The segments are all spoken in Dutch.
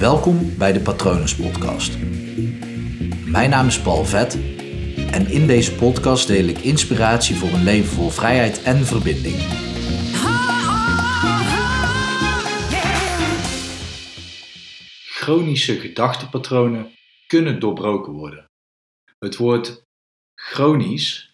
Welkom bij de Patronus Podcast. Mijn naam is Paul Vet en in deze podcast deel ik inspiratie voor een leven vol vrijheid en verbinding. Chronische gedachtepatronen kunnen doorbroken worden. Het woord chronisch,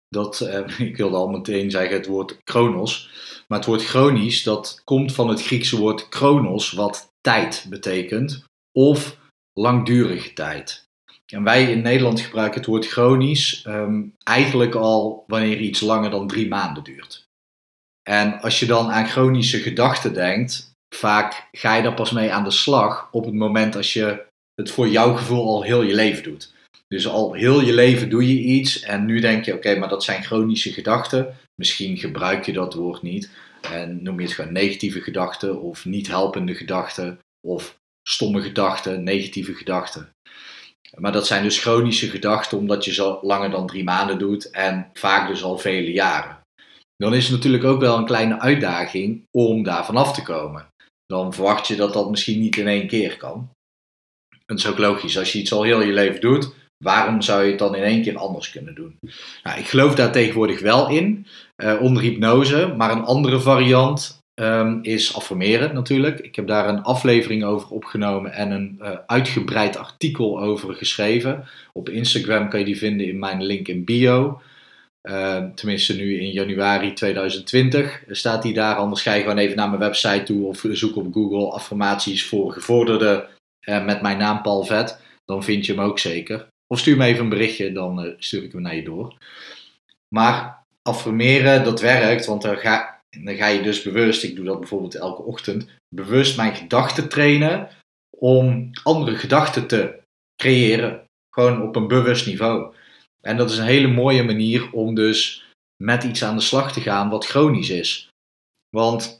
ik wilde al meteen zeggen het woord chronos, maar het woord chronisch dat komt van het Griekse woord chronos, wat tijd betekent, of langdurige tijd. En wij in Nederland gebruiken het woord chronisch eigenlijk al wanneer iets langer dan 3 maanden duurt. En als je dan aan chronische gedachten denkt, vaak ga je daar pas mee aan de slag op het moment als je het voor jouw gevoel al heel je leven doet. Dus al heel je leven doe je iets en nu denk je, oké, maar dat zijn chronische gedachten. Misschien gebruik je dat woord niet en noem je het gewoon negatieve gedachten of niet helpende gedachten of stomme gedachten, negatieve gedachten. Maar dat zijn dus chronische gedachten omdat je zo langer dan 3 maanden doet en vaak dus al vele jaren. Dan is het natuurlijk ook wel een kleine uitdaging om daar vanaf te komen. Dan verwacht je dat dat misschien niet in 1 keer kan. En dat is ook logisch, als je iets al heel je leven doet, waarom zou je het dan in 1 keer anders kunnen doen? Nou, ik geloof daar tegenwoordig wel in, onder hypnose, maar een andere variant is affirmeren natuurlijk. Ik heb daar een aflevering over opgenomen en een uitgebreid artikel over geschreven. Op Instagram kan je die vinden in mijn link in bio. Tenminste nu in januari 2020 staat die daar, anders ga je gewoon even naar mijn website toe of zoek op Google affirmaties voor gevorderden met mijn naam Paul Vet, dan vind je hem ook zeker. Of stuur me even een berichtje, dan stuur ik hem naar je door. Maar affirmeren, dat werkt, want dan ga je dus bewust, ik doe dat bijvoorbeeld elke ochtend, bewust mijn gedachten trainen om andere gedachten te creëren. Gewoon op een bewust niveau. En dat is een hele mooie manier om dus met iets aan de slag te gaan wat chronisch is. Want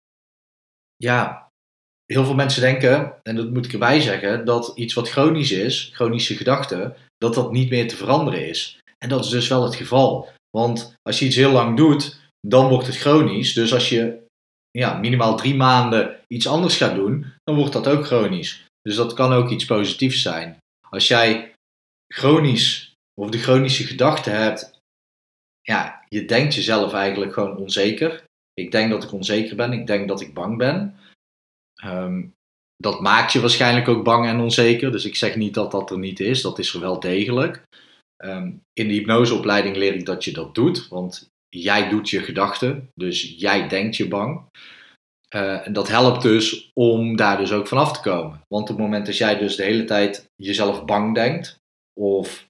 ja, heel veel mensen denken, en dat moet ik erbij zeggen, dat iets wat chronisch is, chronische gedachten, dat niet meer te veranderen is. En dat is dus wel het geval. Want als je iets heel lang doet, dan wordt het chronisch. Dus als je minimaal 3 maanden iets anders gaat doen, dan wordt dat ook chronisch. Dus dat kan ook iets positiefs zijn. Als jij chronisch of de chronische gedachte hebt, je denkt jezelf eigenlijk gewoon onzeker. Ik denk dat ik onzeker ben, ik denk dat ik bang ben. Dat maakt je waarschijnlijk ook bang en onzeker, dus ik zeg niet dat dat er niet is, dat is er wel degelijk. In de hypnoseopleiding leer ik dat je dat doet, want jij doet je gedachten, dus jij denkt je bang. En dat helpt dus om daar dus ook vanaf te komen. Want op het moment dat jij dus de hele tijd jezelf bang denkt of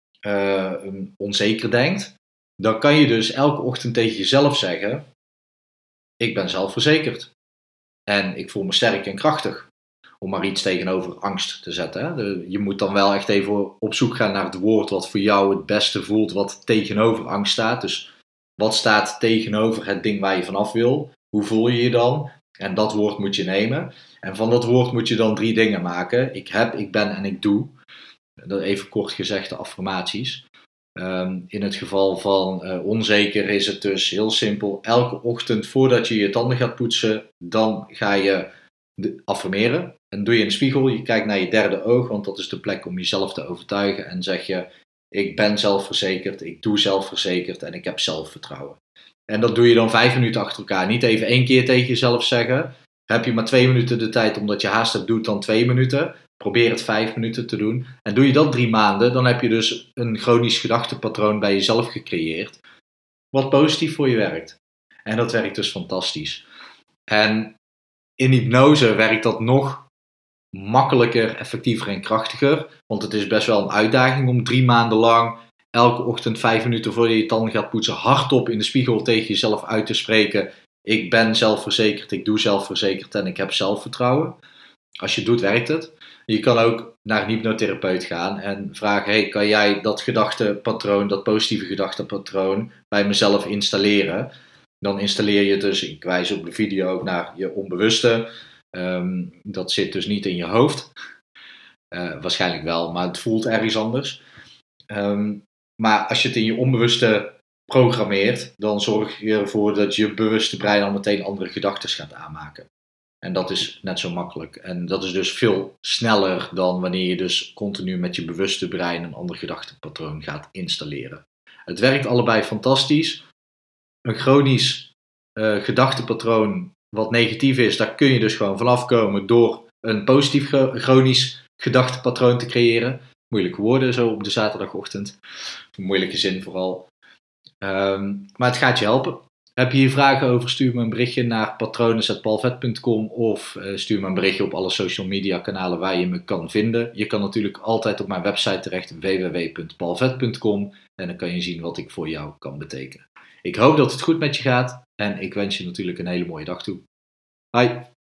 onzeker denkt, dan kan je dus elke ochtend tegen jezelf zeggen, ik ben zelfverzekerd. En ik voel me sterk en krachtig. Om maar iets tegenover angst te zetten. Hè? Je moet dan wel echt even op zoek gaan naar het woord wat voor jou het beste voelt, wat tegenover angst staat. Dus wat staat tegenover het ding waar je vanaf wil? Hoe voel je je dan? En dat woord moet je nemen. En van dat woord moet je dan 3 dingen maken. Ik heb, ik ben en ik doe. Dat even kort gezegd de affirmaties. In het geval van onzeker is het dus heel simpel. Elke ochtend voordat je je tanden gaat poetsen, dan ga je affirmeren. En doe je in de spiegel, je kijkt naar je 3e oog, want dat is de plek om jezelf te overtuigen. En zeg je, ik ben zelfverzekerd, ik doe zelfverzekerd en ik heb zelfvertrouwen. En dat doe je dan 5 minuten achter elkaar. Niet even 1 keer tegen jezelf zeggen. Heb je maar 2 minuten de tijd omdat je haast hebt, doe het dan 2 minuten. Probeer het 5 minuten te doen. En doe je dat 3 maanden, dan heb je dus een chronisch gedachtepatroon bij jezelf gecreëerd. Wat positief voor je werkt. En dat werkt dus fantastisch. En in hypnose werkt dat nog makkelijker, effectiever en krachtiger. Want het is best wel een uitdaging om 3 maanden lang elke ochtend 5 minuten voor je tanden gaat poetsen hardop in de spiegel tegen jezelf uit te spreken. Ik ben zelfverzekerd, ik doe zelfverzekerd en ik heb zelfvertrouwen. Als je het doet, werkt het. Je kan ook naar een hypnotherapeut gaan en vragen, kan jij dat gedachtepatroon, dat positieve gedachtepatroon bij mezelf installeren? Dan installeer je dus, ik wijs op de video ook naar je onbewuste. Dat zit dus niet in je hoofd. Waarschijnlijk wel, maar het voelt ergens anders. Maar als je het in je onbewuste programmeert, dan zorg je ervoor dat je bewuste brein al meteen andere gedachten gaat aanmaken. En dat is net zo makkelijk. En dat is dus veel sneller dan wanneer je dus continu met je bewuste brein een ander gedachtepatroon gaat installeren. Het werkt allebei fantastisch. Een chronisch gedachtepatroon wat negatief is, daar kun je dus gewoon vanaf komen door een positief chronisch gedachtepatroon te creëren. Moeilijke woorden zo op de zaterdagochtend. Een moeilijke zin vooral. Maar het gaat je helpen. Heb je hier vragen over, stuur me een berichtje naar patronen@palvet.com of stuur me een berichtje op alle social media kanalen waar je me kan vinden. Je kan natuurlijk altijd op mijn website terecht, www.palvet.com, en dan kan je zien wat ik voor jou kan betekenen. Ik hoop dat het goed met je gaat en ik wens je natuurlijk een hele mooie dag toe. Bye!